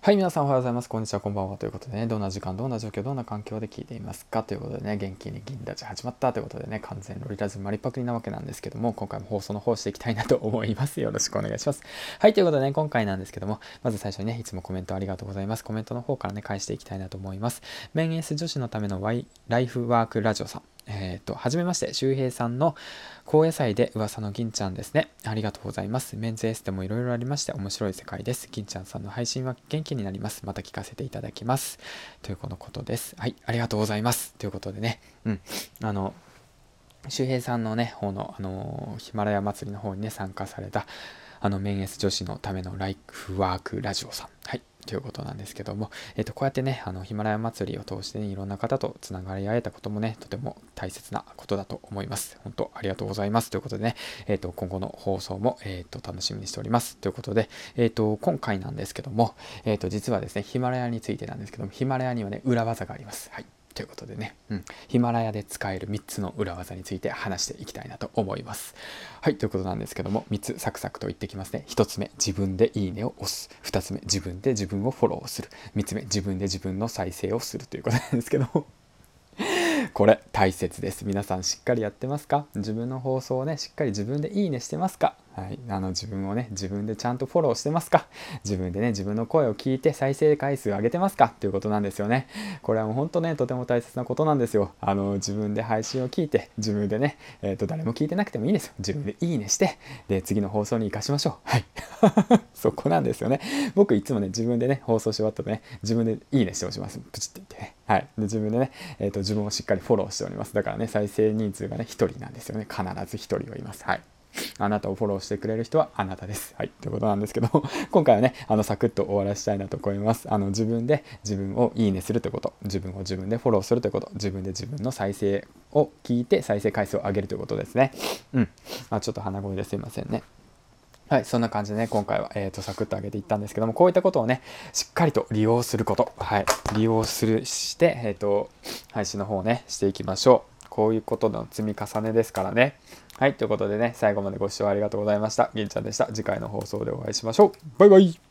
はい、皆さんおはようございます。こんにちは、こんばんは。ということでね、どんな時間、どんな状況、どんな環境で聞いていますかということでね、元気に銀ラジ始まったということでね、完全ロリラジマリパクリなわけなんですけども、今回も放送の方していきたいなと思います。よろしくお願いします。はい、ということでね、今回なんですけども、まず最初にね、いつもコメントありがとうございます。コメントの方からね、返していきたいなと思います。メンエース女子のためのライフワークラジオさん。はじめまして、周平さんの高野菜で噂の銀ちゃんですね。ありがとうございます。メンズエステもいろいろありまして面白い世界です。銀ちゃんさんの配信は元気になります。また聞かせていただきます。ということです。はい、ありがとうございます。ということでね、周平さんのね、方の、ヒマラヤ祭りの方にね、参加された、メンエス女子のためのライフワークラジオさん。はい。ということなんですけども、こうやってね、ヒマラヤ祭りを通してね、いろんな方とつながり合えたこともね、とても大切なことだと思います。本当ありがとうございます。ということでね、今後の放送も、楽しみにしております。ということで、今回なんですけども、実はですね、ヒマラヤについてなんですけども、ヒマラヤにはね、裏技があります。はい。ということでね、ヒマラヤで使える3つの裏技について話していきたいなと思います。はい、ということなんですけども、3つサクサクと言ってきますね。1つ目、自分でいいねを押す。2つ目、自分で自分をフォローする。3つ目、自分で自分の再生をするということなんですけども、これ大切です。皆さんしっかりやってますか？自分の放送をね、しっかり自分でいいねしてますか？はい、自分をね、自分でちゃんとフォローしてますか？自分でね、自分の声を聞いて再生回数上げてますか？ということなんですよね。これはもう本当ね、とても大切なことなんですよ。自分で配信を聞いて、自分でね、誰も聞いてなくてもいいですよ。自分でいいねして、で、次の放送に活かしましょう。はい。そこなんですよね。僕いつもね、自分でね、放送し終わったらね、自分でいいねして押します。プチって言ってね。はい。で、自分でね、自分をしっかりフォローしております。だからね、再生人数がね、1人なんですよね。必ず1人はいます。はい。あなたをフォローしてくれる人はあなたです。はい。ということなんですけども、今回はね、サクッと終わらせたいなと思います。自分で自分をいいねするということ、自分を自分でフォローするということ、自分で自分の再生を聞いて再生回数を上げるということですね。ちょっと鼻声ですいませんね。はい、そんな感じでね、今回は、サクッと上げていったんですけども、こういったことをね、しっかりと利用すること、はい、利用して、配信の方をね、していきましょう。こういうことの積み重ねですからね。はい、ということでね、最後までご視聴ありがとうございました。銀ちゃんでした。次回の放送でお会いしましょう。バイバイ。